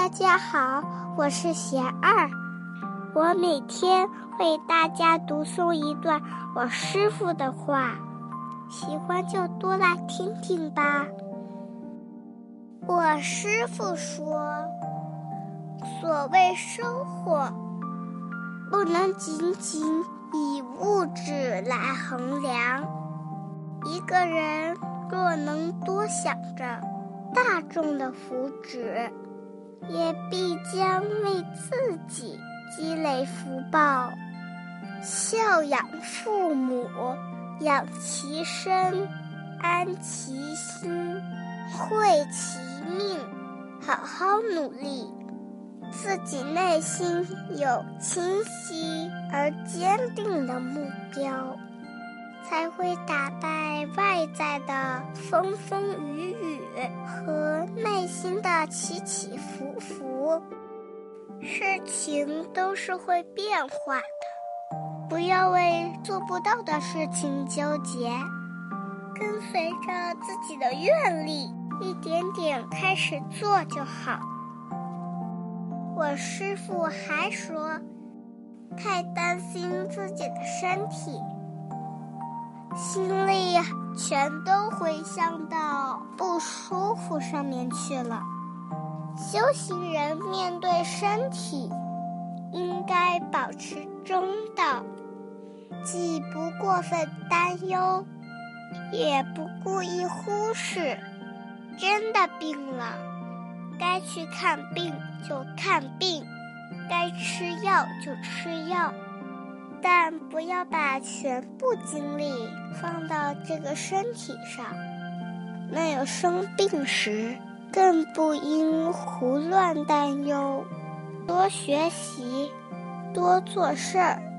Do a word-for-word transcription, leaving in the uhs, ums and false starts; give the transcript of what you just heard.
大家好，我是贤二，我每天为大家读诵一段我师父的话，喜欢就多来听听吧。我师父说，所谓生活，不能仅仅以物质来衡量。一个人若能多想着大众的福祉，也必将为自己积累福报。孝养父母，养其身，安其心，惠其命，好好努力，自己内心有清晰而坚定的目标，才会打败外在的风风雨雨和内心的起起伏伏。事情都是会变化的，不要为做不到的事情纠结，跟随着自己的愿力，一点点开始做就好。我师父还说，太担心自己的身体，心力全都回向到不舒服上面去了。修行人面对身体，应该保持中道，既不过分担忧，也不故意忽视。真的病了，该去看病就看病，该吃药就吃药，但不要把全部精力放到这个身体上。没有生病时，更不应胡乱担忧，多学习，多做事儿，